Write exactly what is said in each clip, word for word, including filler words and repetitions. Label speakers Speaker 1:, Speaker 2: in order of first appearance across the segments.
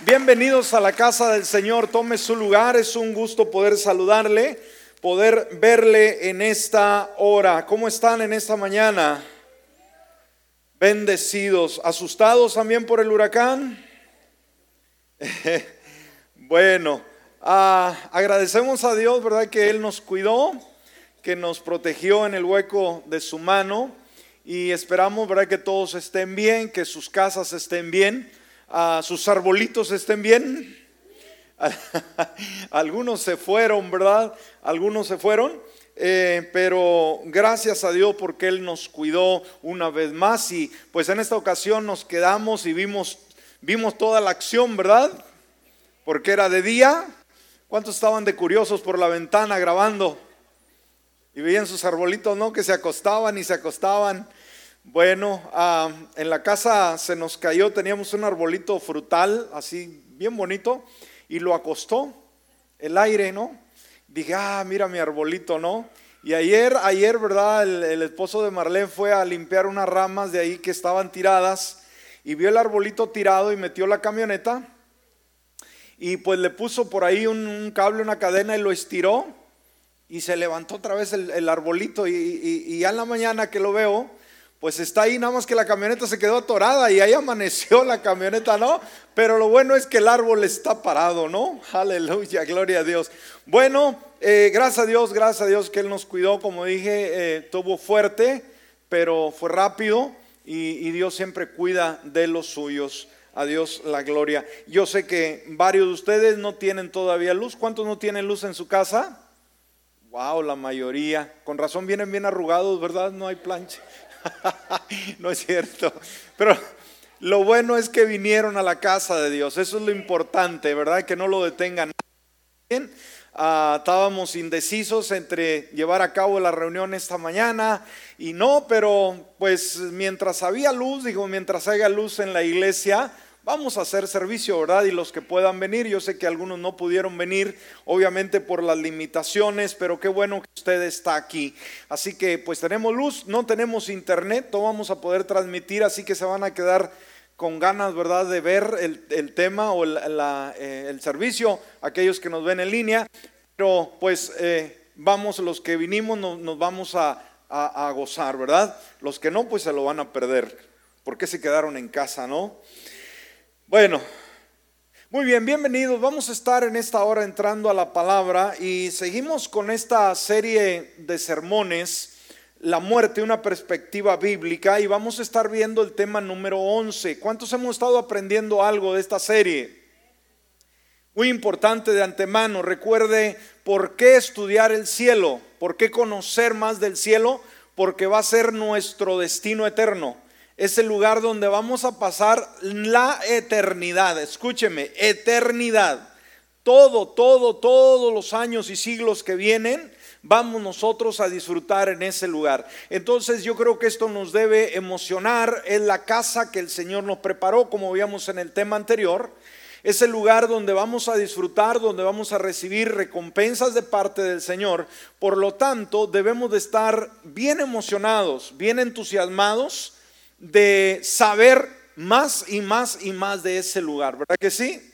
Speaker 1: Bienvenidos a la casa del Señor, tome su lugar, es un gusto poder saludarle, poder verle en esta hora. ¿Cómo están en esta mañana? Bendecidos, asustados también por el huracán. Bueno, ah, agradecemos a Dios, ¿verdad? Que Él nos cuidó, que nos protegió en el hueco de su mano y esperamos, ¿verdad? Que todos estén bien, que sus casas estén bien. Uh, sus arbolitos estén bien. Algunos se fueron, ¿verdad? Algunos se fueron, eh, pero gracias a Dios porque Él nos cuidó una vez más. Y pues en esta ocasión nos quedamos y vimos, vimos toda la acción, ¿verdad? Porque era de día. ¿Cuántos estaban de curiosos por la ventana grabando? Y veían sus arbolitos, ¿no? Que se acostaban y se acostaban. Bueno, uh, en la casa se nos cayó, teníamos un arbolito frutal, así bien bonito, y lo acostó el aire, ¿no? Dije, ah, mira mi arbolito, ¿no? Y ayer, ayer, ¿verdad? El, el esposo de Marlene fue a limpiar unas ramas de ahí que estaban tiradas, y vio el arbolito tirado y metió la camioneta, y pues le puso por ahí un, un cable, una cadena, y lo estiró, y se levantó otra vez el, el arbolito, y, y, y ya en la mañana que lo veo, pues está ahí, nada más que la camioneta se quedó atorada y ahí amaneció la camioneta, ¿no? Pero lo bueno es que el árbol está parado, ¿no? Aleluya, gloria a Dios. Bueno, eh, gracias a Dios, gracias a Dios que Él nos cuidó, como dije, eh, tuvo fuerte, pero fue rápido y, y Dios siempre cuida de los suyos. A Dios la gloria. Yo sé que varios de ustedes no tienen todavía luz. ¿Cuántos no tienen luz en su casa? Wow, la mayoría. Con razón vienen bien arrugados, ¿verdad? No hay plancha. No es cierto, pero lo bueno es que vinieron a la casa de Dios. Eso es lo importante, ¿verdad? Que no lo detengan. Bien, uh, estábamos indecisos entre llevar a cabo la reunión esta mañana y no, pero pues mientras había luz, digo, mientras haya luz en la iglesia, vamos a hacer servicio, ¿verdad? Y los que puedan venir, yo sé que algunos no pudieron venir, obviamente por las limitaciones, pero qué bueno que usted está aquí. Así que pues tenemos luz, no tenemos internet, no vamos a poder transmitir, así que se van a quedar con ganas, ¿verdad? De ver el, el tema o el, la, eh, el servicio, aquellos que nos ven en línea, pero pues eh, vamos, los que vinimos nos, nos vamos a, a, a gozar, ¿verdad? Los que no, pues se lo van a perder, porque se quedaron en casa, ¿no? Bueno, muy bien, bienvenidos. Vamos a estar en esta hora entrando a la palabra y seguimos con esta serie de sermones, la muerte, una perspectiva bíblica, y vamos a estar viendo el tema número once. ¿Cuántos hemos estado aprendiendo algo de esta serie? Muy importante de antemano, recuerde por qué estudiar el cielo, por qué conocer más del cielo, porque va a ser nuestro destino eterno. Es el lugar donde vamos a pasar la eternidad. Escúcheme, eternidad. Todo, todo, todos los años y siglos que vienen, vamos nosotros a disfrutar en ese lugar. Entonces yo creo que esto nos debe emocionar. Es la casa que el Señor nos preparó, como veíamos en el tema anterior. Es el lugar donde vamos a disfrutar, donde vamos a recibir recompensas de parte del Señor. Por lo tanto, debemos de estar bien emocionados, bien entusiasmados de saber más y más y más de ese lugar, ¿verdad que sí?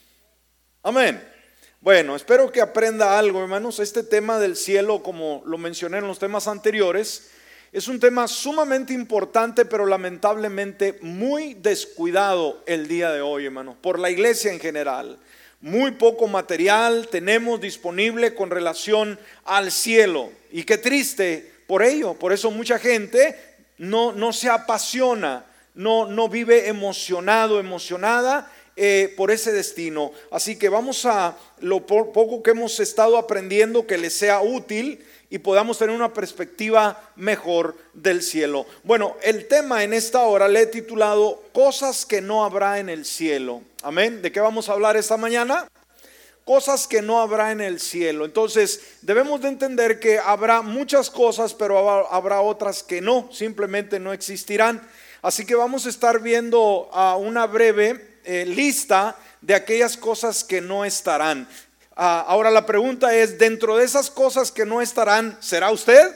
Speaker 1: Amén. Bueno, espero que aprenda algo, hermanos. Este tema del cielo, como lo mencioné en los temas anteriores, es un tema sumamente importante, pero lamentablemente muy descuidado el día de hoy, hermanos, por la iglesia en general. Muy poco material tenemos disponible con relación al cielo, y qué triste por ello. Por eso mucha gente No, no se apasiona, no, no vive emocionado, emocionada eh, por ese destino. Así que vamos a lo po- poco que hemos estado aprendiendo, que les sea útil y podamos tener una perspectiva mejor del cielo. Bueno, el tema en esta hora le he titulado Cosas que no habrá en el cielo. Amén. ¿De qué vamos a hablar esta mañana? Cosas que no habrá en el cielo. Entonces debemos de entender que habrá muchas cosas, pero habrá otras que no, simplemente no existirán. Así que vamos a estar viendo uh, una breve eh, lista de aquellas cosas que no estarán. Uh, ahora la pregunta es, dentro de esas cosas que no estarán, ¿será usted?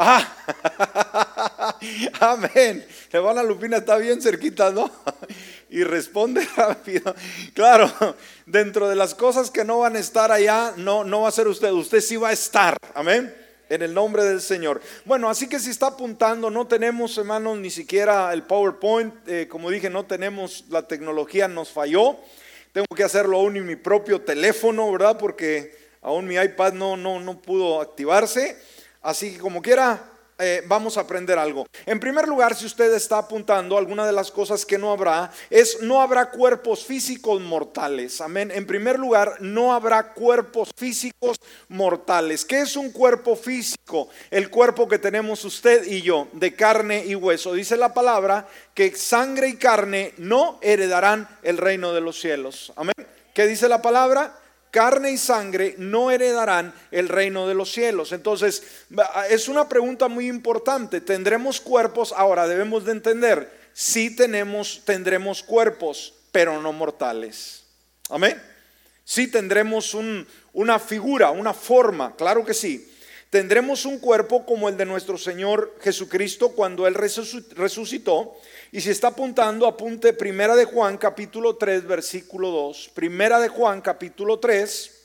Speaker 1: Ajá. Amén. Hermana Lupina está bien cerquita, ¿no? y responde rápido. Claro, dentro de las cosas que no van a estar allá, no, no va a ser usted, usted sí va a estar, amén, en el nombre del Señor. Bueno, así que si está apuntando, no tenemos, hermanos, ni siquiera el PowerPoint, eh, como dije, no tenemos, la tecnología nos falló. Tengo que hacerlo aún en mi propio teléfono, ¿verdad? Porque aún mi iPad no, no, no pudo activarse. Así que como quiera, eh, vamos a aprender algo. En primer lugar, si usted está apuntando, alguna de las cosas que no habrá es no habrá cuerpos físicos mortales. Amén. En primer lugar, no habrá cuerpos físicos mortales. ¿Qué es un cuerpo físico? El cuerpo que tenemos usted y yo, de carne y hueso. Dice la palabra que sangre y carne no heredarán el reino de los cielos. Amén. ¿Qué dice la palabra? Carne y sangre no heredarán el reino de los cielos. Entonces, es una pregunta muy importante. ¿Tendremos cuerpos? Ahora debemos de entender, sí tenemos, tendremos cuerpos, pero no mortales. Amén. Sí tendremos un, una figura, una forma, claro que sí. Tendremos un cuerpo como el de nuestro Señor Jesucristo cuando Él resucitó. Y si está apuntando, apunte Primera de Juan capítulo tres versículo dos. Primera de Juan capítulo tres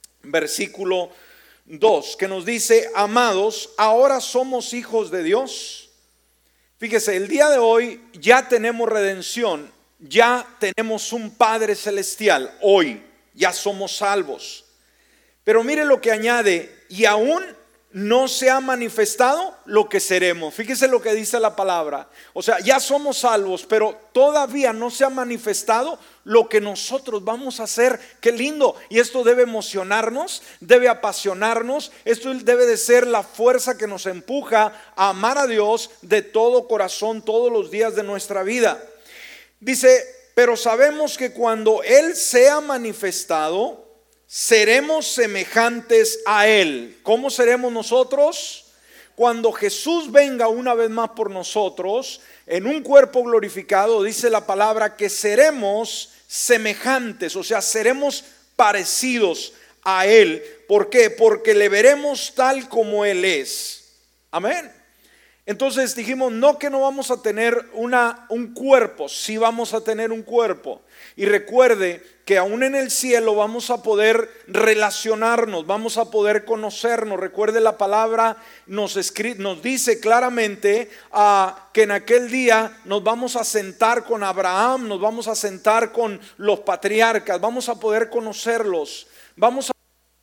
Speaker 1: versículo dos, que nos dice: amados, ahora somos hijos de Dios. Fíjese, el día de hoy ya tenemos redención, ya tenemos un Padre celestial, hoy ya somos salvos. Pero mire lo que añade: y aún no se ha manifestado lo que seremos. Fíjese lo que dice la palabra. O sea, ya somos salvos, pero todavía no se ha manifestado lo que nosotros vamos a hacer. Qué lindo. Y esto debe emocionarnos, debe apasionarnos. Esto debe de ser la fuerza que nos empuja a amar a Dios de todo corazón todos los días de nuestra vida. Dice: pero sabemos que cuando Él sea manifestado, seremos semejantes a Él. ¿Cómo seremos nosotros? Cuando Jesús venga una vez más por nosotros en un cuerpo glorificado, dice la palabra que seremos semejantes, o sea, seremos parecidos a Él. ¿Por qué? Porque le veremos tal como Él es. Amén. Entonces dijimos, no que no vamos a tener una, un cuerpo, sí vamos a tener un cuerpo. Y recuerde que aún en el cielo vamos a poder relacionarnos, vamos a poder conocernos. Recuerde, la palabra nos, escri- nos dice claramente uh, que en aquel día nos vamos a sentar con Abraham, nos vamos a sentar con los patriarcas, vamos a poder conocerlos, vamos a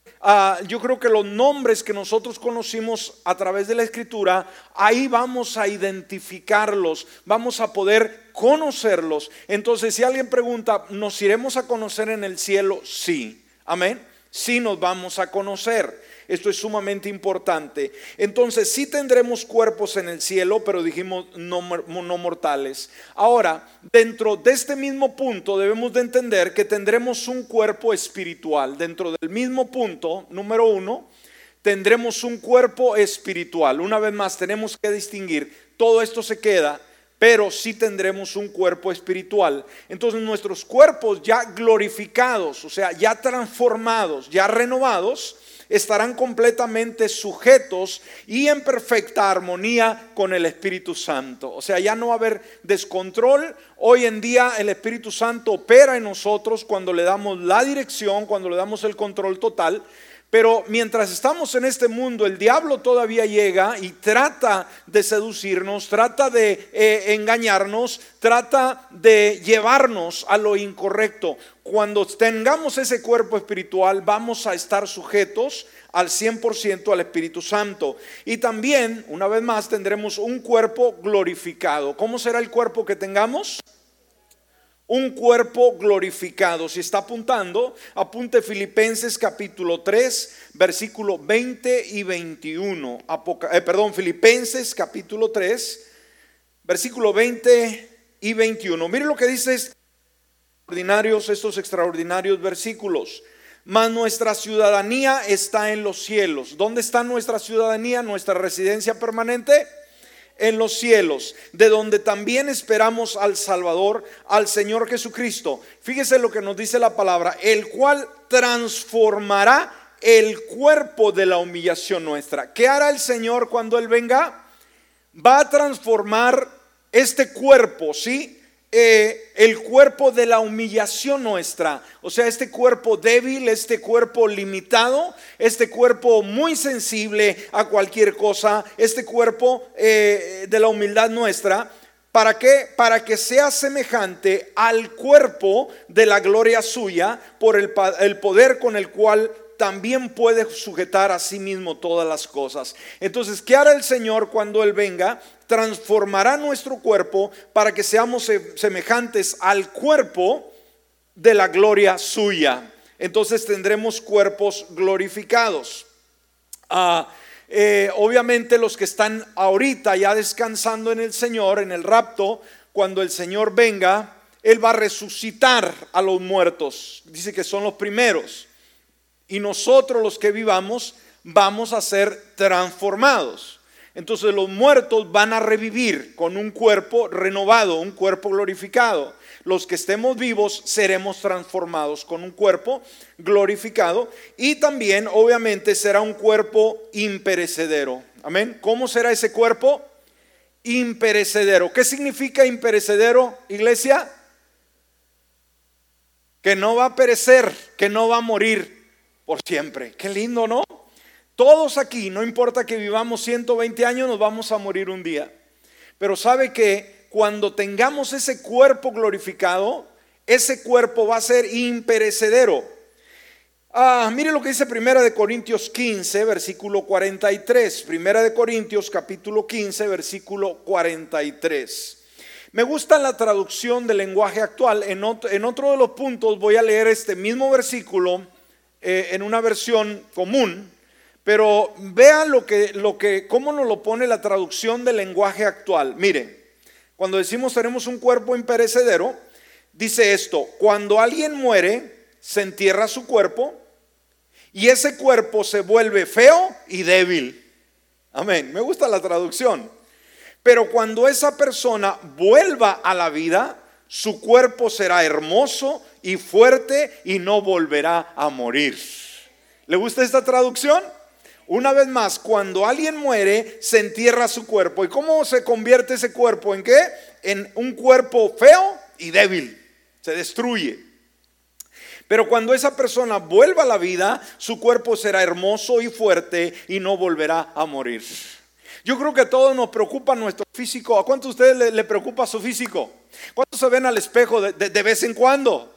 Speaker 1: Uh, yo creo que los nombres que nosotros conocimos a través de la escritura, ahí vamos a identificarlos, vamos a poder conocerlos. Entonces, si alguien pregunta, ¿nos iremos a conocer en el cielo? Sí, amén, sí nos vamos a conocer. Esto es sumamente importante. Entonces sí tendremos cuerpos en el cielo, pero dijimos no, no mortales. Ahora, dentro de este mismo punto debemos de entender que tendremos un cuerpo espiritual. Dentro del mismo punto, número uno, tendremos un cuerpo espiritual. Una vez más, tenemos que distinguir, todo esto se queda, pero sí tendremos un cuerpo espiritual. Entonces nuestros cuerpos ya glorificados, o sea, ya transformados, ya renovados, estarán completamente sujetos y en perfecta armonía con el Espíritu Santo. O sea, ya no va a haber descontrol. Hoy en día el Espíritu Santo opera en nosotros cuando le damos la dirección, cuando le damos el control total. Pero mientras estamos en este mundo, el diablo todavía llega y trata de seducirnos, trata de eh, engañarnos, trata de llevarnos a lo incorrecto. Cuando tengamos ese cuerpo espiritual, vamos a estar sujetos al cien por ciento al Espíritu Santo. Y también, una vez más, tendremos un cuerpo glorificado. ¿Cómo será el cuerpo que tengamos? Un cuerpo glorificado. Si está apuntando, apunte Filipenses capítulo tres, versículo veinte y veintiuno. Apoca- eh, perdón, Filipenses capítulo tres, versículo veinte y veintiuno. Mire lo que dice estos extraordinarios, estos extraordinarios versículos. Mas nuestra ciudadanía está en los cielos. ¿Dónde está nuestra ciudadanía? Nuestra residencia permanente. En los cielos, de donde también esperamos al Salvador, al Señor Jesucristo. Fíjese lo que nos dice la palabra, el cual transformará el cuerpo de la humillación nuestra. ¿Qué hará el Señor cuando Él venga? Va a transformar este cuerpo, ¿sí? eh, el cuerpo de la humillación nuestra. O sea, este cuerpo débil, este cuerpo limitado, este cuerpo muy sensible a cualquier cosa, este cuerpo eh, de la humildad nuestra. ¿Para qué? Para que sea semejante al cuerpo de la gloria suya por el, el poder con el cual también puede sujetar a sí mismo todas las cosas. Entonces, ¿qué hará el Señor cuando Él venga? Transformará nuestro cuerpo para que seamos semejantes al cuerpo de la gloria suya. Entonces tendremos cuerpos glorificados. Ah, eh, obviamente los que están ahorita ya descansando en el Señor, en el rapto, cuando el Señor venga, Él va a resucitar a los muertos. Dice que son los primeros. Y nosotros los que vivamos vamos a ser transformados. Entonces los muertos van a revivir con un cuerpo renovado, un cuerpo glorificado. Los que estemos vivos seremos transformados con un cuerpo glorificado. Y también obviamente será un cuerpo imperecedero. Amén. ¿Cómo será ese cuerpo? Imperecedero. ¿Qué significa imperecedero, iglesia? Que no va a perecer, que no va a morir por siempre. Qué lindo, ¿no? Todos aquí, no importa que vivamos ciento veinte años, nos vamos a morir un día. Pero sabe que cuando tengamos ese cuerpo glorificado, ese cuerpo va a ser imperecedero. Ah, mire lo que dice Primera de Corintios quince, versículo cuarenta y tres. Primera de Corintios capítulo quince, versículo cuarenta y tres. Me gusta la traducción del lenguaje actual. En otro, en otro de los puntos voy a leer este mismo versículo eh, en una versión común. Pero vean lo que, lo que, cómo nos lo pone la traducción del lenguaje actual. Miren, cuando decimos tenemos un cuerpo imperecedero, dice esto: cuando alguien muere, se entierra su cuerpo y ese cuerpo se vuelve feo y débil. Amén, me gusta la traducción. Pero cuando esa persona vuelva a la vida, su cuerpo será hermoso y fuerte y no volverá a morir. ¿Le gusta esta traducción? Una vez más, cuando alguien muere, se entierra su cuerpo. ¿Y cómo se convierte ese cuerpo? ¿En qué? En un cuerpo feo y débil. Se destruye. Pero cuando esa persona vuelva a la vida, su cuerpo será hermoso y fuerte y no volverá a morir. Yo creo que a todos nos preocupa nuestro físico. ¿A cuántos de ustedes le, le preocupa su físico? ¿Cuántos se ven al espejo de, de, de vez en cuando?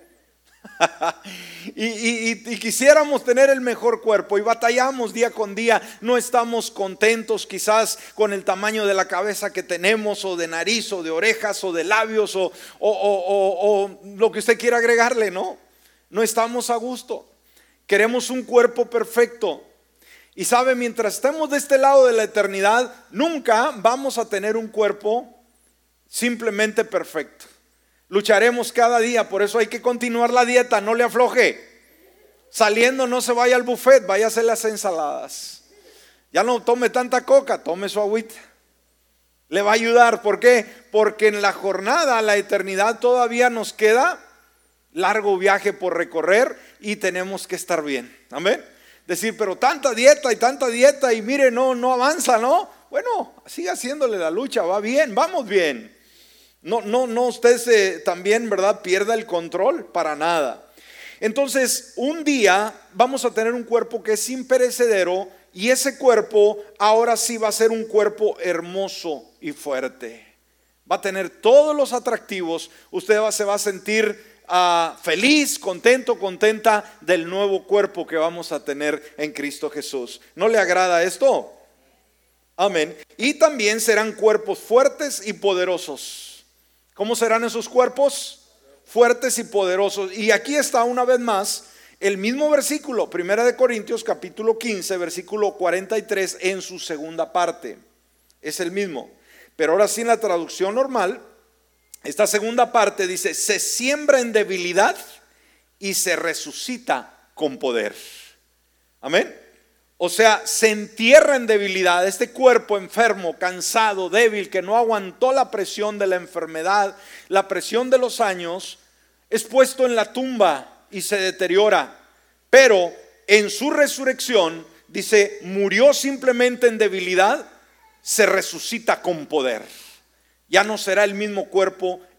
Speaker 1: y, y, y quisiéramos tener el mejor cuerpo y batallamos día con día. No estamos contentos quizás con el tamaño de la cabeza que tenemos, o de nariz, o de orejas, o de labios, o, o, o, o, o lo que usted quiera agregarle, ¿no? No estamos a gusto. Queremos un cuerpo perfecto. Y sabe, mientras estemos de este lado de la eternidad, nunca vamos a tener un cuerpo simplemente perfecto. Lucharemos cada día, por eso hay que continuar la dieta, no le afloje. Saliendo no se vaya al buffet, vaya a hacer las ensaladas. Ya no tome tanta coca, tome su agüita. Le va a ayudar, ¿por qué? Porque en la jornada, la eternidad, todavía nos queda largo viaje por recorrer y tenemos que estar bien. Amén. Decir, pero tanta dieta y tanta dieta y mire, no, no avanza, ¿no? Bueno, siga haciéndole la lucha, va bien, vamos bien. No, no, no, usted se, también, ¿verdad?, pierda el control para nada. Entonces, un día vamos a tener un cuerpo que es imperecedero y ese cuerpo ahora sí va a ser un cuerpo hermoso y fuerte. Va a tener todos los atractivos. Usted va, se va a sentir uh, feliz, contento, contenta del nuevo cuerpo que vamos a tener en Cristo Jesús. ¿No le agrada esto? Amén. Y también serán cuerpos fuertes y poderosos. ¿Cómo serán esos cuerpos? Fuertes y poderosos. Y aquí está una vez más el mismo versículo, Primera de Corintios capítulo quince, versículo cuarenta y tres, en su segunda parte. Es el mismo. Pero ahora sí, en la traducción normal, esta segunda parte dice: se siembra en debilidad y se resucita con poder. Amén. O sea, se entierra en debilidad. Este cuerpo enfermo, cansado, débil, que no aguantó la presión de la enfermedad, la presión de los años, es puesto en la tumba y se deteriora. Pero en su resurrección, dice, murió simplemente en debilidad, se resucita con poder. Ya no será el mismo cuerpo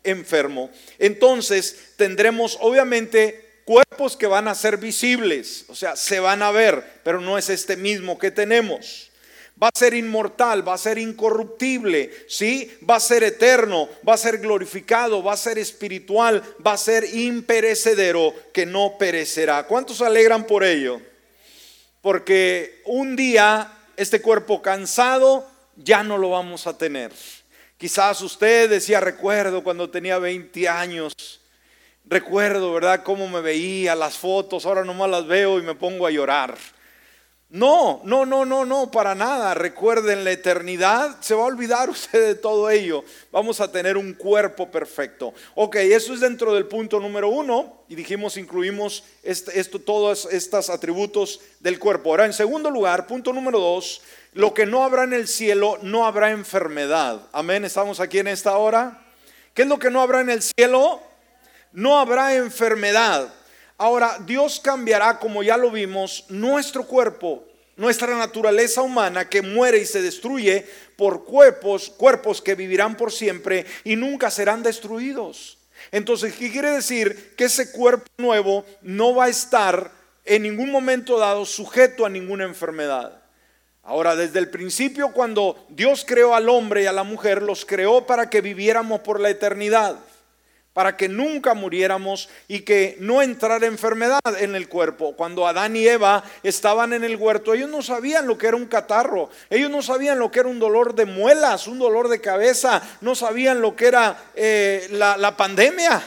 Speaker 1: enfermo. Entonces tendremos obviamente cuerpos que van a ser visibles, o sea, se van a ver, pero no es este mismo que tenemos. Va a ser inmortal, va a ser incorruptible, ¿sí? Va a ser eterno, va a ser glorificado, va a ser espiritual, va a ser imperecedero, que no perecerá. ¿Cuántos se alegran por ello? Porque un día este cuerpo cansado ya no lo vamos a tener. Quizás usted decía, recuerdo cuando tenía veinte años, recuerdo, ¿verdad?, cómo me veía, las fotos, ahora nomás las veo y me pongo a llorar. No, no, no, no, no, para nada. Recuerden, la eternidad, se va a olvidar usted de todo ello. Vamos a tener un cuerpo perfecto. Ok, eso es dentro del punto número uno. Y dijimos, incluimos este, esto, todos estos atributos del cuerpo. Ahora, en segundo lugar, punto número dos, lo que no habrá en el cielo, no habrá enfermedad. Amén, ¿estamos aquí en esta hora? ¿Qué es lo que no habrá en el cielo? No habrá enfermedad. Ahora, Dios cambiará, como ya lo vimos, nuestro cuerpo, nuestra naturaleza humana que muere y se destruye por cuerpos, cuerpos que vivirán por siempre y nunca serán destruidos. Entonces, ¿qué quiere decir? Que ese cuerpo nuevo no va a estar en ningún momento dado sujeto a ninguna enfermedad. Ahora, desde el principio, cuando Dios creó al hombre y a la mujer, los creó para que viviéramos por la eternidad, para que nunca muriéramos y que no entrara enfermedad en el cuerpo. Cuando Adán y Eva estaban en el huerto, ellos no sabían lo que era un catarro, ellos no sabían lo que era un dolor de muelas, un dolor de cabeza, no sabían lo que era eh, la, la pandemia.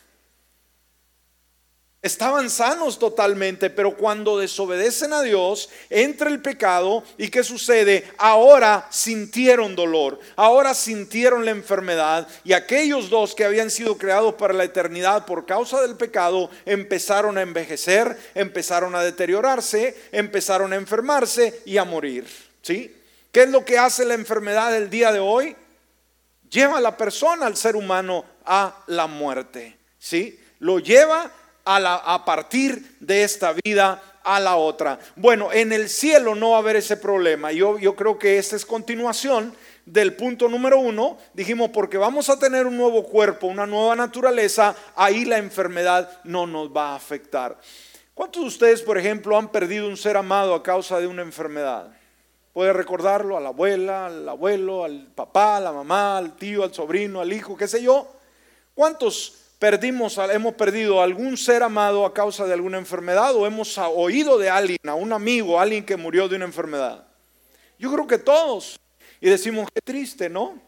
Speaker 1: Estaban sanos totalmente, pero cuando desobedecen a Dios, entra el pecado y ¿qué sucede? Ahora sintieron dolor, ahora sintieron la enfermedad, y aquellos dos que habían sido creados para la eternidad por causa del pecado empezaron a envejecer, empezaron a deteriorarse, empezaron a enfermarse y a morir, ¿sí? ¿Qué es lo que hace la enfermedad el día de hoy? Lleva a la persona, al ser humano, a la muerte, ¿sí? Lo lleva A, la, a partir de esta vida a la otra. Bueno, en el cielo no va a haber ese problema. Yo, yo creo que esta es continuación del punto número uno. Dijimos, porque vamos a tener un nuevo cuerpo, una nueva naturaleza, ahí la enfermedad no nos va a afectar. ¿Cuántos de ustedes, por ejemplo, han perdido un ser amado a causa de una enfermedad? ¿Puede recordarlo? A la abuela, al abuelo, al papá, a la mamá, al tío, al sobrino, al hijo, qué sé yo. ¿Cuántos Perdimos, hemos perdido algún ser amado a causa de alguna enfermedad, o hemos oído de alguien, a un amigo, a alguien que murió de una enfermedad? Yo creo que todos. Y decimos, qué triste, ¿no?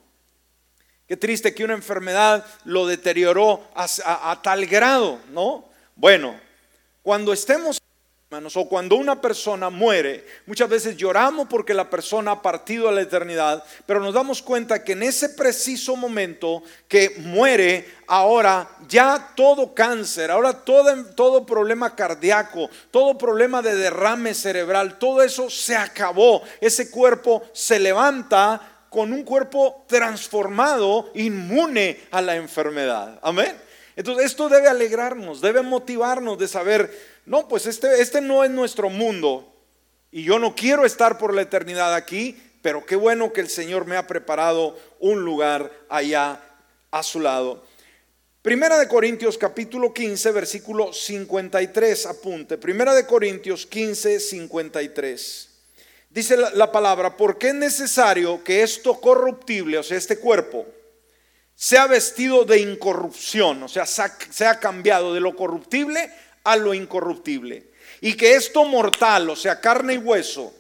Speaker 1: Qué triste que una enfermedad lo deterioró a, a, a tal grado, ¿no? Bueno, cuando estemos, hermanos, o cuando una persona muere, muchas veces lloramos porque la persona ha partido a la eternidad, pero nos damos cuenta que en ese preciso momento que muere, ahora ya todo cáncer, ahora todo, todo problema cardíaco, todo problema de derrame cerebral, todo eso se acabó. Ese cuerpo se levanta con un cuerpo transformado, inmune a la enfermedad. Amén. Entonces esto debe alegrarnos, debe motivarnos de saber, no, pues este, este no es nuestro mundo y yo no quiero estar por la eternidad aquí, pero qué bueno que el Señor me ha preparado un lugar allá a su lado. Primera de Corintios capítulo quince, versículo cincuenta y tres, apunte. Primera de Corintios quince, cincuenta y tres. Dice la, la palabra, porque es necesario que esto corruptible, o sea, este cuerpo, sea vestido de incorrupción, o sea, sea cambiado de lo corruptible a lo incorruptible, y que esto mortal, o sea, carne y hueso,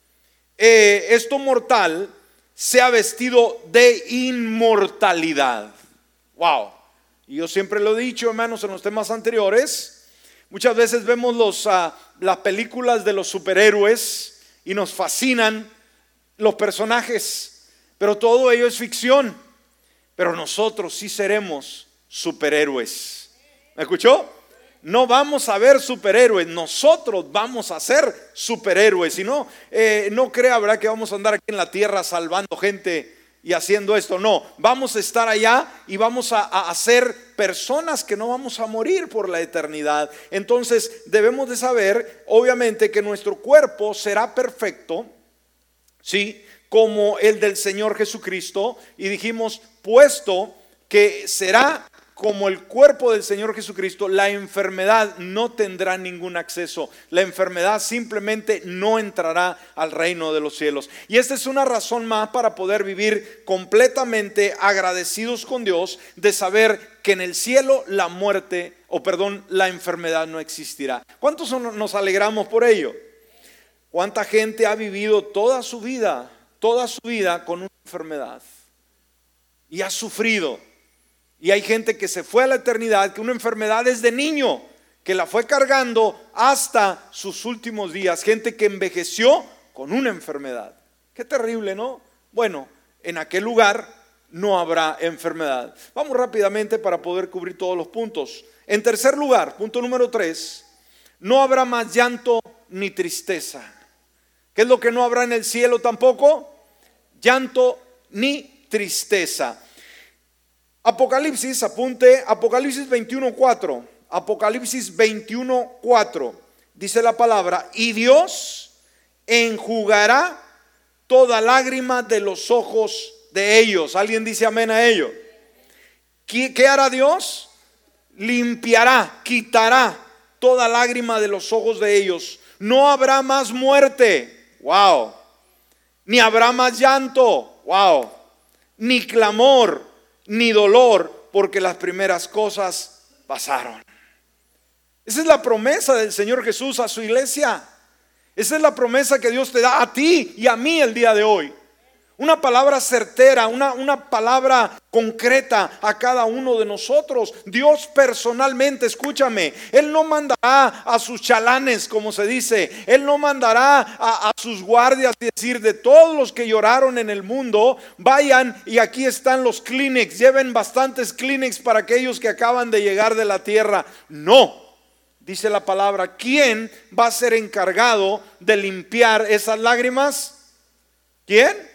Speaker 1: eh, esto mortal sea vestido de inmortalidad. Wow. Y yo siempre lo he dicho, hermanos, en los temas anteriores, muchas veces vemos los, uh, las películas de los superhéroes y nos fascinan los personajes, pero todo ello es ficción. Pero nosotros sí seremos superhéroes. ¿Me escuchó? No vamos a ver superhéroes, nosotros vamos a ser superhéroes. Y no, eh, no crea, ¿verdad?, que vamos a andar aquí en la tierra salvando gente y haciendo esto. No, vamos a estar allá y vamos a, a, a ser personas que no vamos a morir por la eternidad. Entonces debemos de saber, obviamente, que nuestro cuerpo será perfecto, ¿sí?, como el del Señor Jesucristo. Y dijimos, puesto que será como el cuerpo del Señor Jesucristo, la enfermedad no tendrá ningún acceso. La enfermedad simplemente no entrará al reino de los cielos. Y esta es una razón más para poder vivir completamente agradecidos con Dios, de saber que en el cielo la muerte, o perdón, la enfermedad no existirá. ¿Cuántos son- nos alegramos por ello? ¿Cuánta gente ha vivido toda su vida, toda su vida con una enfermedad y ha sufrido? Y hay gente que se fue a la eternidad, que una enfermedad desde niño, que la fue cargando hasta sus últimos días. Gente que envejeció con una enfermedad. Qué terrible, ¿no? Bueno, en aquel lugar no habrá enfermedad. Vamos rápidamente para poder cubrir todos los puntos. En tercer lugar, punto número tres, no habrá más llanto ni tristeza. ¿Qué es lo que no habrá en el cielo tampoco? Llanto ni tristeza. Apocalipsis, apunte, Apocalipsis veintiuno cuatro. Apocalipsis veintiuno cuatro. Dice la palabra: y Dios enjugará toda lágrima de los ojos de ellos. ¿Alguien dice amén a ello? ¿Qué, qué hará Dios? Limpiará, quitará toda lágrima de los ojos de ellos. No habrá más muerte. Wow. Ni habrá más llanto. Wow. Ni clamor, ni dolor, porque las primeras cosas pasaron. Esa es la promesa del Señor Jesús a su iglesia. Esa es la promesa que Dios te da a ti y a mí el día de hoy. Una palabra certera, una, una palabra concreta a cada uno de nosotros. Dios personalmente, escúchame, Él no mandará a sus chalanes, como se dice. Él no mandará a, a sus guardias y decir: de todos los que lloraron en el mundo, vayan y aquí están los Kleenex, lleven bastantes Kleenex para aquellos que acaban de llegar de la tierra. No, dice la palabra, ¿quién va a ser encargado de limpiar esas lágrimas? ¿Quién?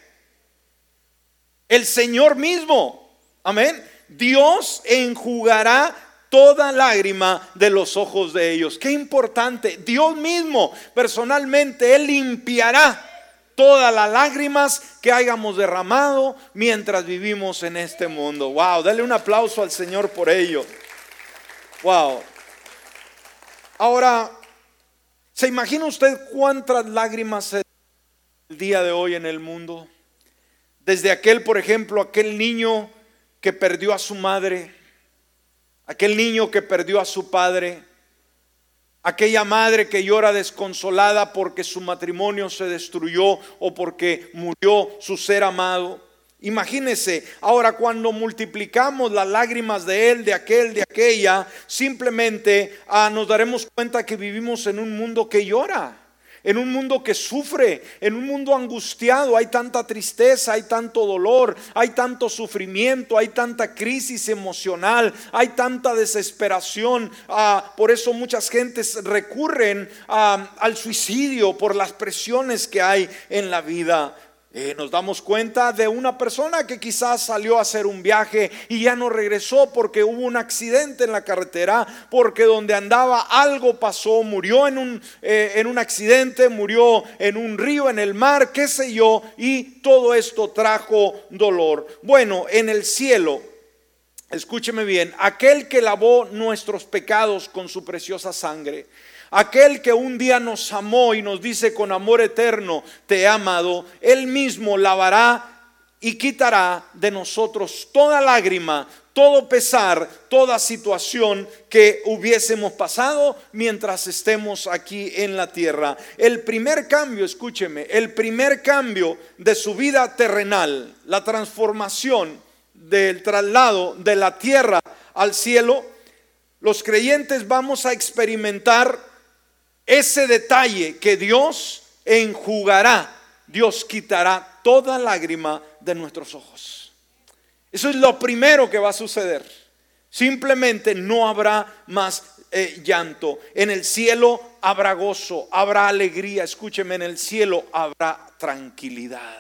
Speaker 1: El Señor mismo. Amén. Dios enjugará toda lágrima de los ojos de ellos. Qué importante. Dios mismo personalmente, Él limpiará todas las lágrimas que hayamos derramado mientras vivimos en este mundo. Wow, dale un aplauso al Señor por ello. Wow. Ahora, ¿se imagina usted cuántas lágrimas se el día de hoy en el mundo? Desde aquel, por ejemplo, aquel niño que perdió a su madre, aquel niño que perdió a su padre, aquella madre que llora desconsolada porque su matrimonio se destruyó o porque murió su ser amado. Imagínese, ahora cuando multiplicamos las lágrimas de él, de aquel, de aquella, simplemente ah, nos daremos cuenta que vivimos en un mundo que llora. En un mundo que sufre, en un mundo angustiado. Hay tanta tristeza, hay tanto dolor, hay tanto sufrimiento, hay tanta crisis emocional, hay tanta desesperación. Ah, por eso muchas gentes recurren ah, al suicidio por las presiones que hay en la vida. Eh, nos damos cuenta de una persona que quizás salió a hacer un viaje y ya no regresó porque hubo un accidente en la carretera, porque donde andaba algo pasó, murió en un, eh, en un accidente, murió en un río, en el mar, qué sé yo, y todo esto trajo dolor. Bueno, en el cielo, escúcheme bien, aquel que lavó nuestros pecados con su preciosa sangre, aquel que un día nos amó y nos dice con amor eterno: te he amado, Él mismo lavará y quitará de nosotros toda lágrima, todo pesar, toda situación que hubiésemos pasado mientras estemos aquí en la tierra. El primer cambio, escúcheme, el primer cambio de su vida terrenal, la transformación del traslado de la tierra al cielo, los creyentes vamos a experimentar ese detalle que Dios enjugará, Dios quitará toda lágrima de nuestros ojos. Eso es lo primero que va a suceder. Simplemente no habrá más eh, llanto. En el cielo habrá gozo, habrá alegría. Escúcheme, en el cielo habrá tranquilidad.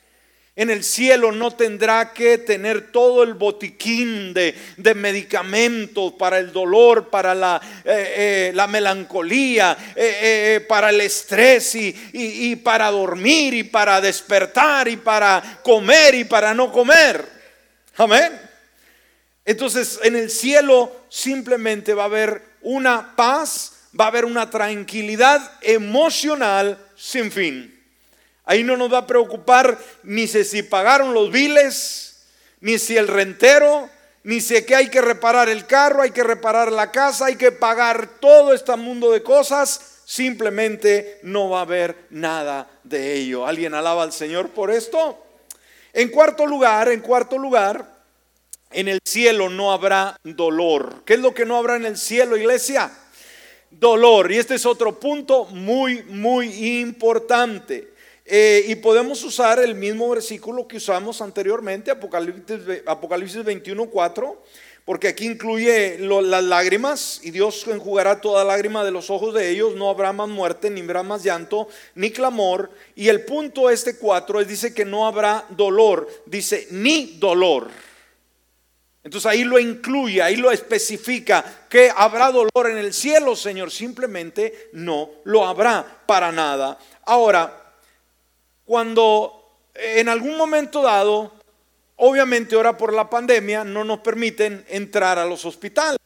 Speaker 1: En el cielo no tendrá que tener todo el botiquín de, de medicamentos para el dolor, para la, eh, eh, la melancolía, eh, eh, para el estrés y, y, y para dormir y para despertar y para comer y para no comer. Amén. Entonces en el cielo simplemente va a haber una paz, va a haber una tranquilidad emocional sin fin. Ahí no nos va a preocupar ni si, si pagaron los biles, ni si el rentero, ni si que hay que reparar el carro, hay que reparar la casa, hay que pagar todo este mundo de cosas. Simplemente no va a haber nada de ello. ¿Alguien alaba al Señor por esto? En cuarto lugar, en cuarto lugar, en el cielo no habrá dolor. ¿Qué es lo que no habrá en el cielo, iglesia? Dolor. Y este es otro punto muy, muy importante. Eh, y podemos usar el mismo versículo que usamos anteriormente, Apocalipsis, Apocalipsis veintiuno, cuatro, porque aquí incluye lo, las lágrimas, y Dios enjugará toda lágrima de los ojos de ellos. No habrá más muerte, ni habrá más llanto, ni clamor. Y el punto este cuatro es, dice que no habrá dolor, dice ni dolor. Entonces ahí lo incluye, ahí lo especifica, que habrá dolor en el cielo, Señor. Simplemente no lo habrá para nada. Ahora, cuando en algún momento dado, obviamente ahora por la pandemia no nos permiten entrar a los hospitales,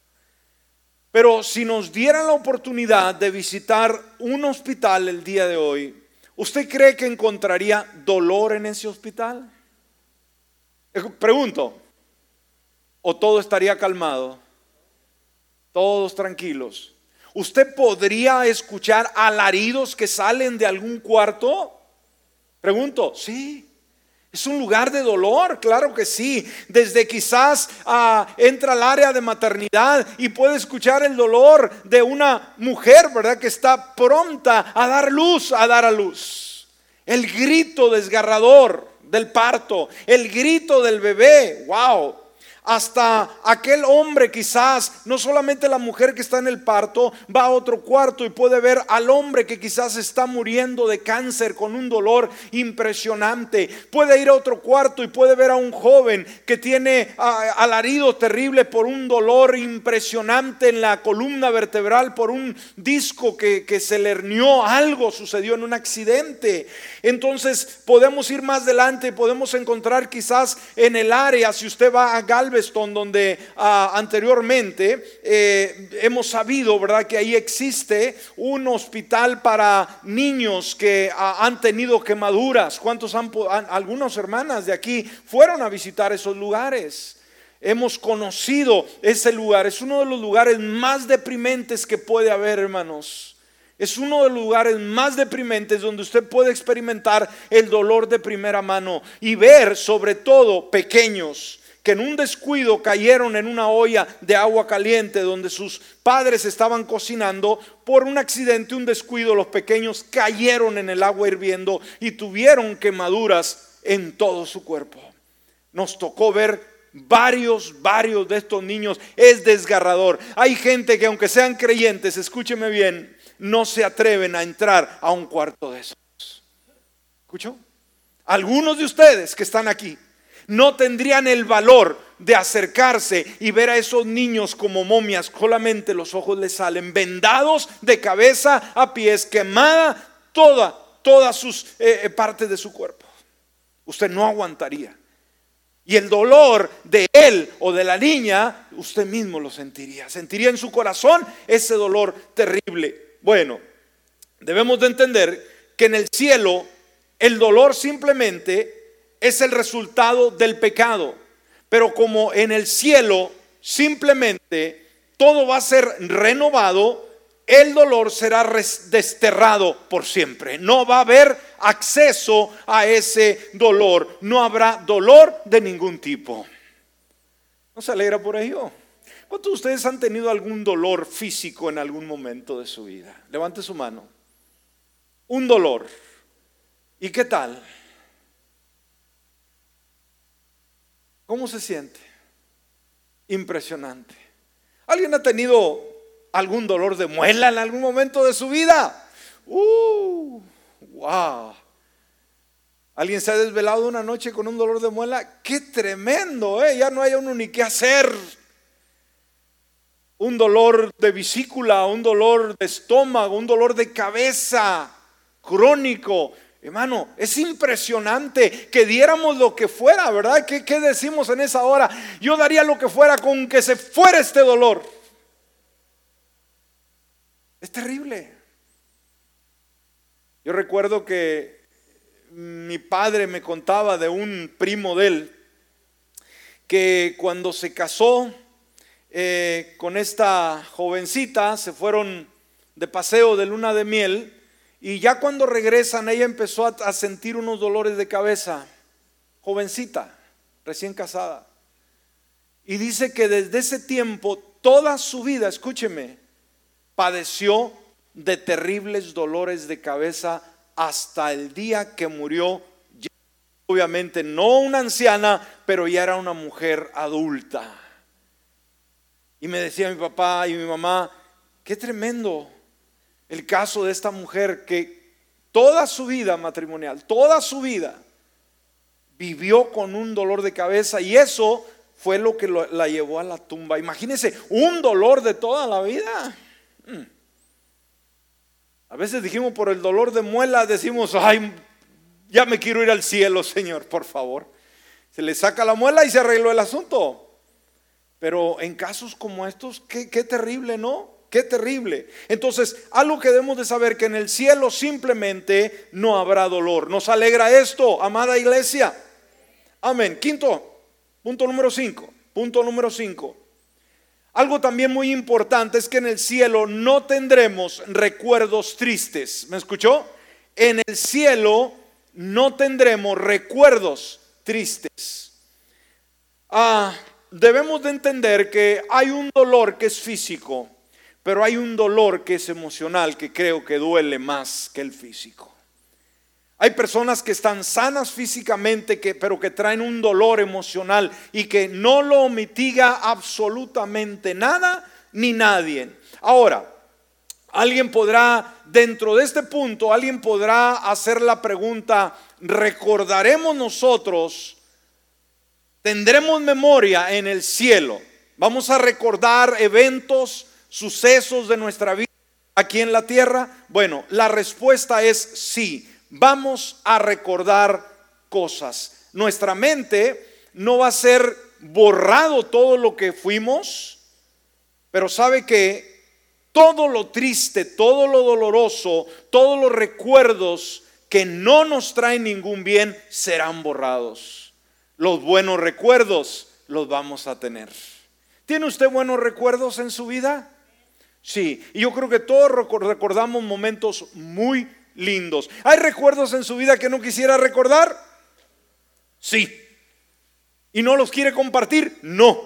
Speaker 1: pero si nos dieran la oportunidad de visitar un hospital el día de hoy, ¿usted cree que encontraría dolor en ese hospital? Pregunto, ¿o todo estaría calmado? Todos tranquilos. ¿Usted podría escuchar alaridos que salen de algún cuarto? Pregunto, sí. ¿Es un lugar de dolor? Claro que sí. Desde quizás uh, entra al área de maternidad y puede escuchar el dolor de una mujer, ¿verdad? Que está pronta a dar luz, a dar a luz. El grito desgarrador del parto, el grito del bebé, wow. Hasta aquel hombre, quizás, no solamente la mujer que está en el parto, va a otro cuarto y puede ver al hombre que quizás está muriendo de cáncer con un dolor impresionante. Puede ir a otro cuarto y puede ver a un joven que tiene uh, alarido terrible por un dolor impresionante en la columna vertebral, por un disco que, que se le hernió, algo sucedió en un accidente. Entonces podemos ir más adelante y podemos encontrar quizás en el área, si usted va a Galveston, donde uh, anteriormente eh, hemos sabido, ¿verdad?, que ahí existe un hospital para niños que uh, han tenido quemaduras. ¿Cuántos han, han, algunas hermanas de aquí fueron a visitar esos lugares? Hemos conocido ese lugar. Es uno de los lugares más deprimentes que puede haber, hermanos. Es uno de los lugares más deprimentes donde usted puede experimentar el dolor de primera mano y ver, sobre todo, pequeños que en un descuido cayeron en una olla de agua caliente donde sus padres estaban cocinando. Por un accidente, un descuido, los pequeños cayeron en el agua hirviendo y tuvieron quemaduras en todo su cuerpo. Nos tocó ver varios, varios de estos niños. Es desgarrador. Hay gente que, aunque sean creyentes, escúcheme bien, no se atreven a entrar a un cuarto de esos. ¿Escuchó? Algunos de ustedes que están aquí no tendrían el valor de acercarse y ver a esos niños como momias. Solamente los ojos les salen, vendados de cabeza a pies, quemada toda, todas sus eh, partes de su cuerpo. Usted no aguantaría. Y el dolor de él o de la niña, usted mismo lo sentiría. Sentiría en su corazón ese dolor terrible. Bueno, debemos de entender que en el cielo el dolor simplemente es el resultado del pecado. Pero como en el cielo simplemente todo va a ser renovado, el dolor será desterrado por siempre. No va a haber acceso a ese dolor. No habrá dolor de ningún tipo. ¿No se alegra por ello? ¿Cuántos de ustedes han tenido algún dolor físico en algún momento de su vida? Levante su mano. Un dolor. ¿Y qué tal? ¿Cómo se siente? Impresionante. ¿Alguien ha tenido algún dolor de muela en algún momento de su vida? Uh, wow. ¿Alguien se ha desvelado una noche con un dolor de muela? ¡Qué tremendo! ¿eh? Ya no hay uno ni qué hacer. Un dolor de vesícula, un dolor de estómago, un dolor de cabeza crónico. Hermano, es impresionante que diéramos lo que fuera, ¿verdad? ¿Qué, qué decimos en esa hora? Yo daría lo que fuera con que se fuera este dolor. Es terrible. Yo recuerdo que mi padre me contaba de un primo de él que cuando se casó eh, con esta jovencita, se fueron de paseo de luna de miel, y ya cuando regresan ella empezó a, a sentir unos dolores de cabeza, jovencita, recién casada, y dice que desde ese tiempo toda su vida, escúcheme, padeció de terribles dolores de cabeza hasta el día que murió. Ya, obviamente no una anciana, pero ya era una mujer adulta. Y me decía mi papá y mi mamá, qué tremendo el caso de esta mujer que toda su vida matrimonial, toda su vida vivió con un dolor de cabeza, y eso fue lo que lo, la llevó a la tumba. Imagínense, un dolor de toda la vida. Hmm. A veces dijimos por el dolor de muela, decimos, ay, ya me quiero ir al cielo, Señor, por favor. Se le saca la muela y se arregló el asunto. Pero en casos como estos, qué, qué terrible, ¿no? Qué terrible. Entonces, algo que debemos de saber, que en el cielo simplemente no habrá dolor. ¿Nos alegra esto, amada iglesia? Amén. Quinto, punto número cinco. Punto número cinco. Algo también muy importante es que en el cielo no tendremos recuerdos tristes. ¿Me escuchó? En el cielo no tendremos recuerdos tristes. Ah, debemos de entender que hay un dolor que es físico, pero hay un dolor que es emocional, que creo que duele más que el físico. Hay personas que están sanas físicamente, que, pero que traen un dolor emocional y que no lo mitiga absolutamente nada ni nadie. Ahora, alguien podrá, dentro de este punto, alguien podrá hacer la pregunta, ¿recordaremos nosotros, tendremos memoria en el cielo? ¿Vamos a recordar eventos, sucesos de nuestra vida aquí en la tierra? Bueno, la respuesta es sí. Vamos a recordar cosas. Nuestra mente no va a ser borrado todo lo que fuimos, pero sabe que todo lo triste, todo lo doloroso, todos los recuerdos que no nos traen ningún bien serán borrados. Los buenos recuerdos los vamos a tener. ¿Tiene usted buenos recuerdos en su vida? Sí, y yo creo que todos recordamos momentos muy lindos. ¿Hay recuerdos en su vida que no quisiera recordar? Sí. ¿Y no los quiere compartir? No.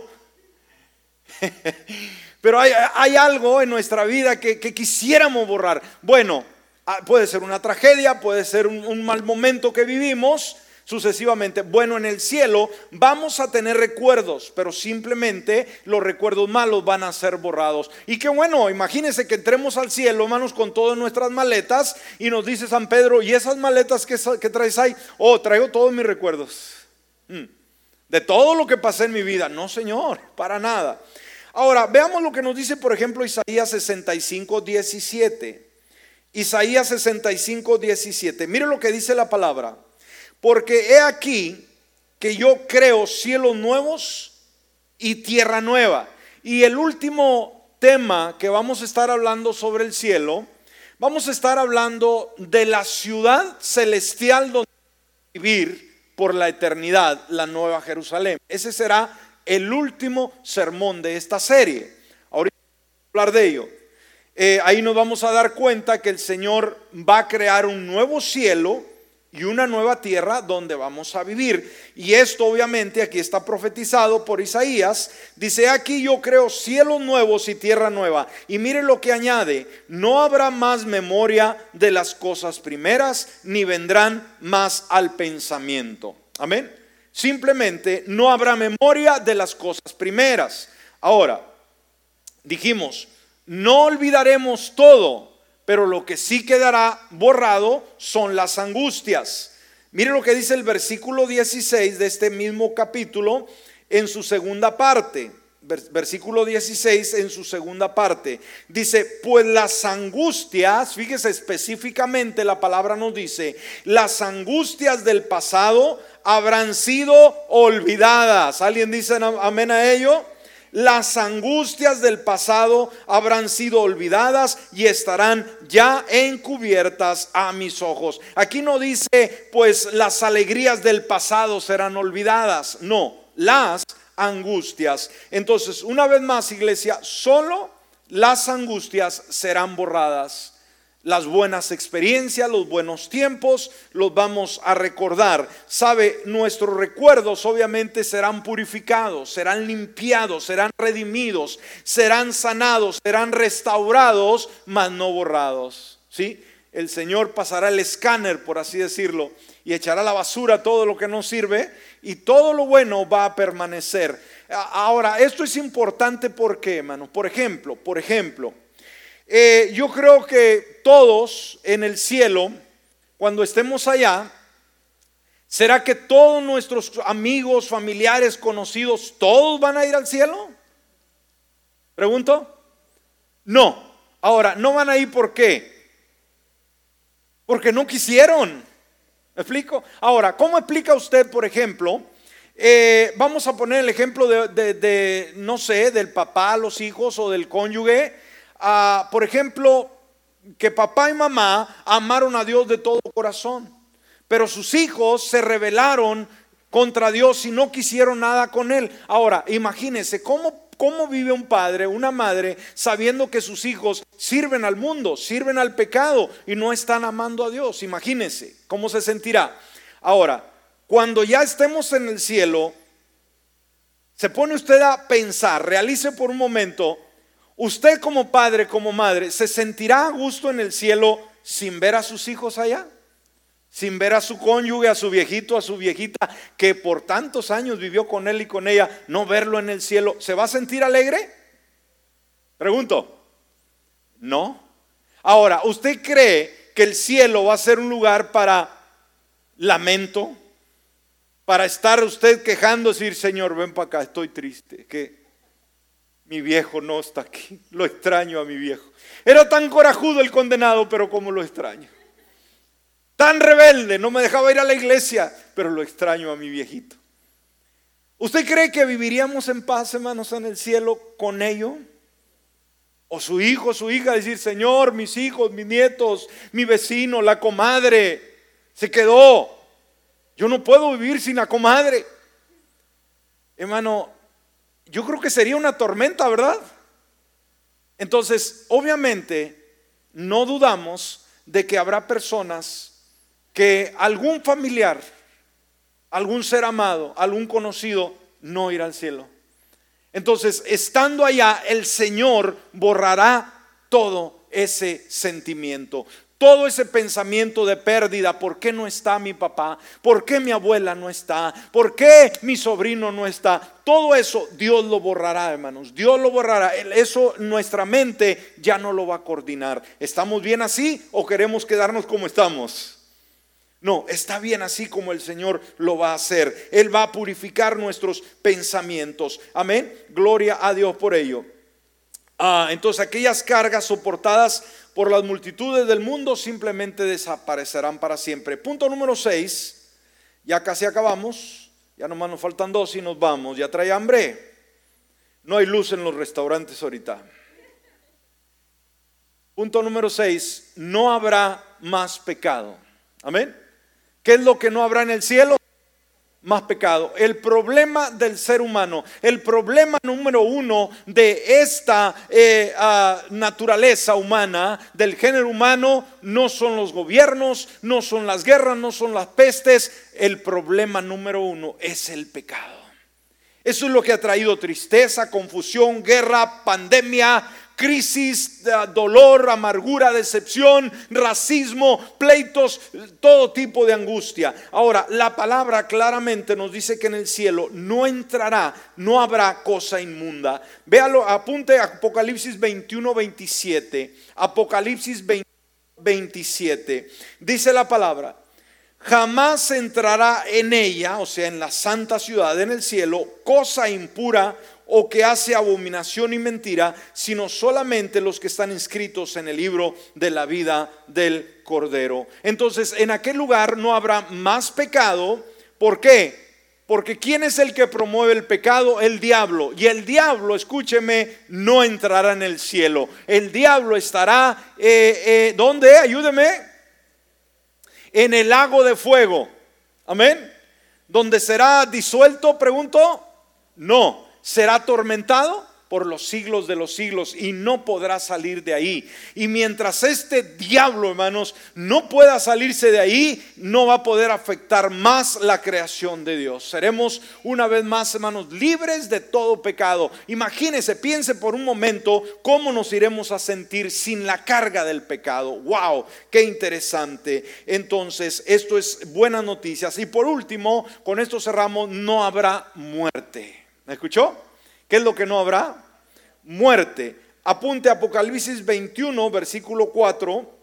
Speaker 1: Pero hay, hay algo en nuestra vida que, que quisiéramos borrar. Bueno, puede ser una tragedia, puede ser un, un mal momento que vivimos, sucesivamente. Bueno, en el cielo vamos a tener recuerdos, pero simplemente los recuerdos malos van a ser borrados. Y qué bueno, imagínense que entremos al cielo, hermanos, con todas nuestras maletas, y nos dice San Pedro, ¿y esas maletas que, que traes ahí? Oh, traigo todos mis recuerdos hmm. de todo lo que pasé en mi vida. No, Señor, para nada. Ahora, veamos lo que nos dice, por ejemplo, Isaías sesenta y cinco, diecisiete. Isaías sesenta y cinco, diecisiete. Mire lo que dice la palabra. Porque he aquí que yo creo cielos nuevos y tierra nueva. Y el último tema que vamos a estar hablando sobre el cielo, vamos a estar hablando de la ciudad celestial donde vivir por la eternidad, la Nueva Jerusalén. Ese será el último sermón de esta serie. Ahorita vamos a hablar de ello. Eh, ahí nos vamos a dar cuenta que el Señor va a crear un nuevo cielo y una nueva tierra donde vamos a vivir. Y esto obviamente aquí está profetizado por Isaías. Dice, aquí yo creo cielos nuevos y tierra nueva. Y mire lo que añade, no habrá más memoria de las cosas primeras, ni vendrán más al pensamiento. Amén. Simplemente no habrá memoria de las cosas primeras. Ahora, dijimos, no olvidaremos todo, pero lo que sí quedará borrado son las angustias. Mire lo que dice el versículo dieciséis de este mismo capítulo en su segunda parte. versículo dieciséis en su segunda parte. Dice, pues las angustias, fíjese específicamente la palabra nos dice, las angustias del pasado habrán sido olvidadas. ¿Alguien dice amén a ello? Las angustias del pasado habrán sido olvidadas y estarán ya encubiertas a mis ojos. Aquí no dice, pues las alegrías del pasado serán olvidadas. No, las angustias. Entonces, una vez más, iglesia, solo las angustias serán borradas. Las buenas experiencias, los buenos tiempos, los vamos a recordar. Sabe, nuestros recuerdos obviamente serán purificados, serán limpiados, serán redimidos, serán sanados, serán restaurados, mas no borrados. ¿Sí? El Señor pasará el escáner, por así decirlo, y echará a la basura todo lo que no sirve, y todo lo bueno va a permanecer. Ahora, esto es importante porque, hermano, por ejemplo, por ejemplo, Eh, yo creo que todos en el cielo, cuando estemos allá, ¿será que todos nuestros amigos, familiares, conocidos, todos van a ir al cielo? ¿Pregunto? No. Ahora, no van a ir, ¿por qué? Porque no quisieron. ¿Me explico? Ahora, ¿cómo explica usted, por ejemplo? Eh, vamos a poner el ejemplo de, de, de, no sé, del papá, los hijos o del cónyuge. Uh, por ejemplo, que papá y mamá amaron a Dios de todo corazón, pero sus hijos se rebelaron contra Dios y no quisieron nada con Él. Ahora, imagínense cómo, cómo vive un padre, una madre, sabiendo que sus hijos sirven al mundo, sirven al pecado y no están amando a Dios. Imagínense cómo se sentirá. Ahora, cuando ya estemos en el cielo, se pone usted a pensar, realice por un momento. Usted como padre, como madre, ¿se sentirá a gusto en el cielo sin ver a sus hijos allá? Sin ver a su cónyuge, a su viejito, a su viejita, que por tantos años vivió con él y con ella, no verlo en el cielo. ¿Se va a sentir alegre? Pregunto. No. Ahora, ¿usted cree que el cielo va a ser un lugar para lamento? Para estar usted quejando, decir, Señor, ven para acá, estoy triste, que mi viejo no está aquí, lo extraño a mi viejo. Era tan corajudo el condenado, pero como lo extraño. Tan rebelde, no me dejaba ir a la iglesia, pero lo extraño a mi viejito. ¿Usted cree que viviríamos en paz, hermanos, en el cielo con ello? O su hijo, su hija, decir, Señor, mis hijos, mis nietos, mi vecino, la comadre, se quedó. Yo no puedo vivir sin la comadre. Hermano, yo creo que sería una tormenta, ¿verdad? Entonces, obviamente, no dudamos de que habrá personas que algún familiar, algún ser amado, algún conocido, no irá al cielo. Entonces, estando allá, el Señor borrará todo ese sentimiento. Todo ese pensamiento de pérdida, ¿por qué no está mi papá? ¿Por qué mi abuela no está? ¿Por qué mi sobrino no está? Todo eso Dios lo borrará, hermanos. Dios lo borrará. Eso nuestra mente ya no lo va a coordinar. ¿Estamos bien así o queremos quedarnos como estamos? No, está bien así como el Señor lo va a hacer. Él va a purificar nuestros pensamientos. Amén. Gloria a Dios por ello. Ah, entonces aquellas cargas soportadas por las multitudes del mundo simplemente desaparecerán para siempre. Punto número seis. Ya casi acabamos. Ya nomás nos faltan dos y nos vamos. Ya trae hambre. No hay luz en los restaurantes ahorita. Punto número seis. No habrá más pecado. Amén. ¿Qué es lo que no habrá en el cielo? Más pecado. El problema del ser humano, el problema número uno de esta eh, uh, naturaleza humana, del género humano, no son los gobiernos, no son las guerras, no son las pestes. El problema número uno es el pecado. Eso es lo que ha traído tristeza, confusión, guerra, pandemia, crisis, dolor, amargura, decepción, racismo, pleitos, todo tipo de angustia. Ahora, la palabra claramente nos dice que en el cielo no entrará, no habrá cosa inmunda. Véalo, apunte a Apocalipsis veintiuno, veintisiete. Apocalipsis veintisiete. Dice la palabra: jamás entrará en ella, o sea, en la santa ciudad, en el cielo, cosa impura o que hace abominación y mentira, sino solamente los que están inscritos en el libro de la vida del Cordero. Entonces, en aquel lugar no habrá más pecado. ¿Por qué? Porque ¿quién es el que promueve el pecado? El diablo. Y el diablo, escúcheme, no entrará en el cielo. El diablo estará, eh, eh, ¿dónde? Ayúdeme. En el lago de fuego. Amén. ¿Donde será disuelto? Pregunto. No. ¿Será atormentado? Por los siglos de los siglos, y no podrá salir de ahí. Y mientras este diablo, hermanos, no pueda salirse de ahí, no va a poder afectar más la creación de Dios. Seremos una vez más, hermanos, libres de todo pecado. Imagínese, piense por un momento cómo nos iremos a sentir sin la carga del pecado. Wow, qué interesante. Entonces, esto es buenas noticias. Y por último, con esto cerramos, no habrá muerte. ¿Me escuchó? ¿Qué es lo que no habrá? Muerte. Apunte Apocalipsis veintiuno, versículo cuatro,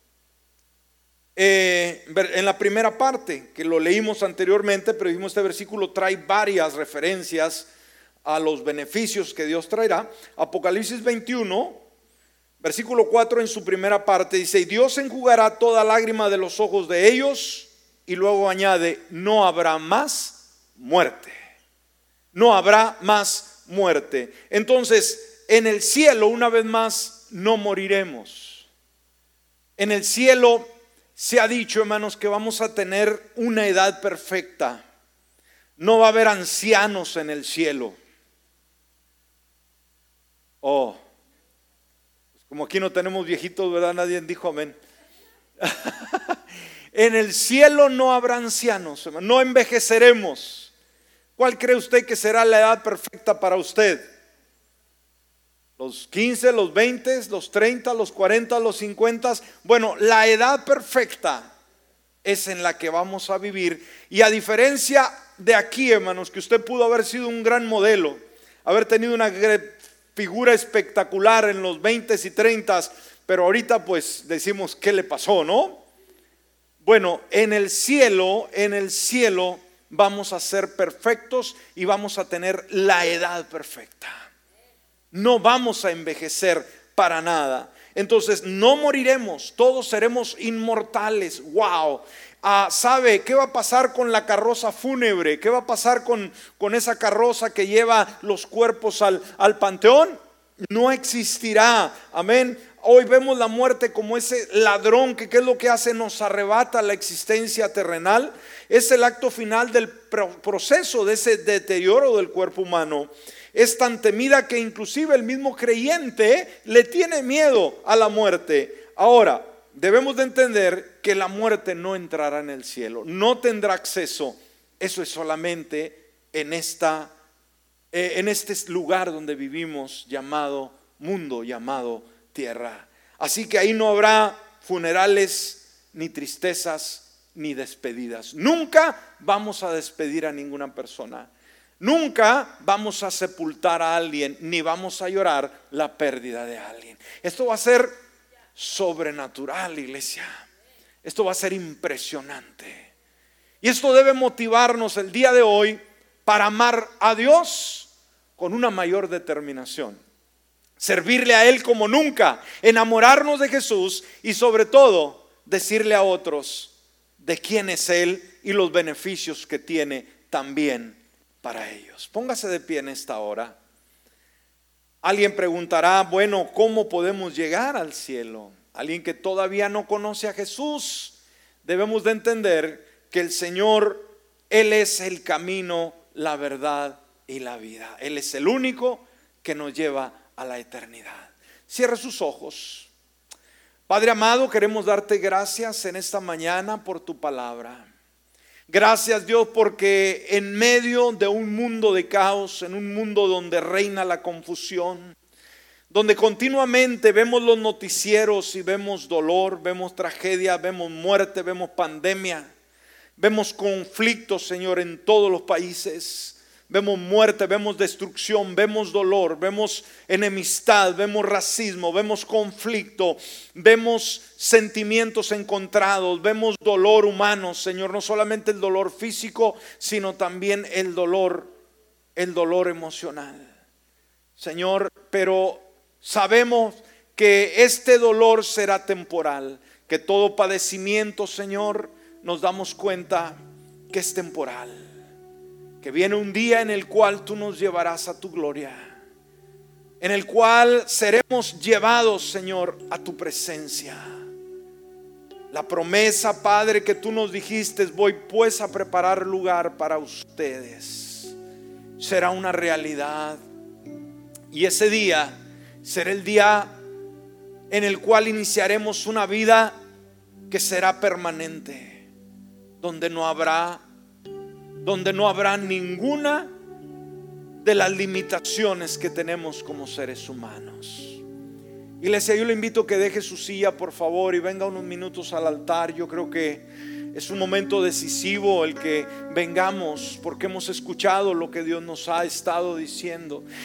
Speaker 1: eh, en la primera parte, que lo leímos anteriormente, pero dijimos este versículo trae varias referencias a los beneficios que Dios traerá. Apocalipsis veintiuno, versículo cuatro, en su primera parte dice: y Dios enjugará toda lágrima de los ojos de ellos. Y luego añade: no habrá más muerte. No habrá más muerte. Entonces, en el cielo, una vez más, no moriremos. En el cielo se ha dicho, hermanos, que vamos a tener una edad perfecta. No va a haber ancianos en el cielo. Oh, pues como aquí no tenemos viejitos, ¿verdad? Nadie dijo amén. En el cielo no habrá ancianos, hermanos. No envejeceremos. ¿Cuál cree usted que será la edad perfecta para usted? ¿Los quince, los veinte, los treinta, los cuarenta, los cincuenta? Bueno, la edad perfecta es en la que vamos a vivir. Y a diferencia de aquí, hermanos, que usted pudo haber sido un gran modelo, haber tenido una figura espectacular en los veinte y treinta, pero ahorita pues decimos, ¿qué le pasó, no? Bueno, en el cielo, en el cielo vamos a ser perfectos y vamos a tener la edad perfecta. No vamos a envejecer para nada. Entonces no moriremos, todos seremos inmortales. Wow. Ah, ¿sabe qué va a pasar con la carroza fúnebre? ¿Qué va a pasar con, con esa carroza que lleva los cuerpos al, al panteón? No existirá. Amén. Hoy vemos la muerte como ese ladrón que ¿qué es lo que hace? Nos arrebata la existencia terrenal. Es el acto final del proceso de ese deterioro del cuerpo humano. Es tan temida que inclusive el mismo creyente le tiene miedo a la muerte. Ahora, debemos de entender que la muerte no entrará en el cielo, no tendrá acceso. Eso es solamente en, esta, eh, en este lugar donde vivimos, llamado mundo, llamado tierra. Así que ahí no habrá funerales, ni tristezas, ni despedidas. Nunca vamos a despedir a ninguna persona. Nunca vamos a sepultar a alguien, ni vamos a llorar la pérdida de alguien. Esto va a ser sobrenatural, iglesia. Esto va a ser impresionante. Y esto debe motivarnos el día de hoy para amar a Dios con una mayor determinación. Servirle a Él como nunca, enamorarnos de Jesús y sobre todo decirle a otros de quién es Él y los beneficios que tiene también para ellos. Póngase de pie en esta hora. Alguien preguntará, bueno, ¿cómo podemos llegar al cielo? Alguien que todavía no conoce a Jesús. Debemos de entender que el Señor, Él es el camino, la verdad y la vida. Él es el único que nos lleva a la eternidad. Cierre sus ojos. Padre amado, queremos darte gracias en esta mañana por tu palabra. Gracias, Dios, porque en medio de un mundo de caos, en un mundo donde reina la confusión, donde continuamente vemos los noticieros y vemos dolor, vemos tragedia, vemos muerte, vemos pandemia, vemos conflictos, Señor, en todos los países. Vemos muerte, vemos destrucción, vemos dolor, vemos enemistad, vemos racismo, vemos conflicto, vemos sentimientos encontrados, vemos dolor humano, Señor, no solamente el dolor físico, sino también el dolor, el dolor emocional. Señor, pero sabemos que este dolor será temporal, que todo padecimiento, Señor, nos damos cuenta que es temporal, que viene un día en el cual tú nos llevarás a tu gloria, en el cual seremos llevados, Señor, a tu presencia. La promesa, Padre, que tú nos dijiste, voy pues a preparar lugar para ustedes, será una realidad. Y ese día será el día en el cual iniciaremos una vida que será permanente, donde no habrá, donde no habrá ninguna de las limitaciones que tenemos como seres humanos. Iglesia, yo le invito a que deje su silla, por favor, y venga unos minutos al altar. Yo creo que es un momento decisivo el que vengamos, porque hemos escuchado lo que Dios nos ha estado diciendo.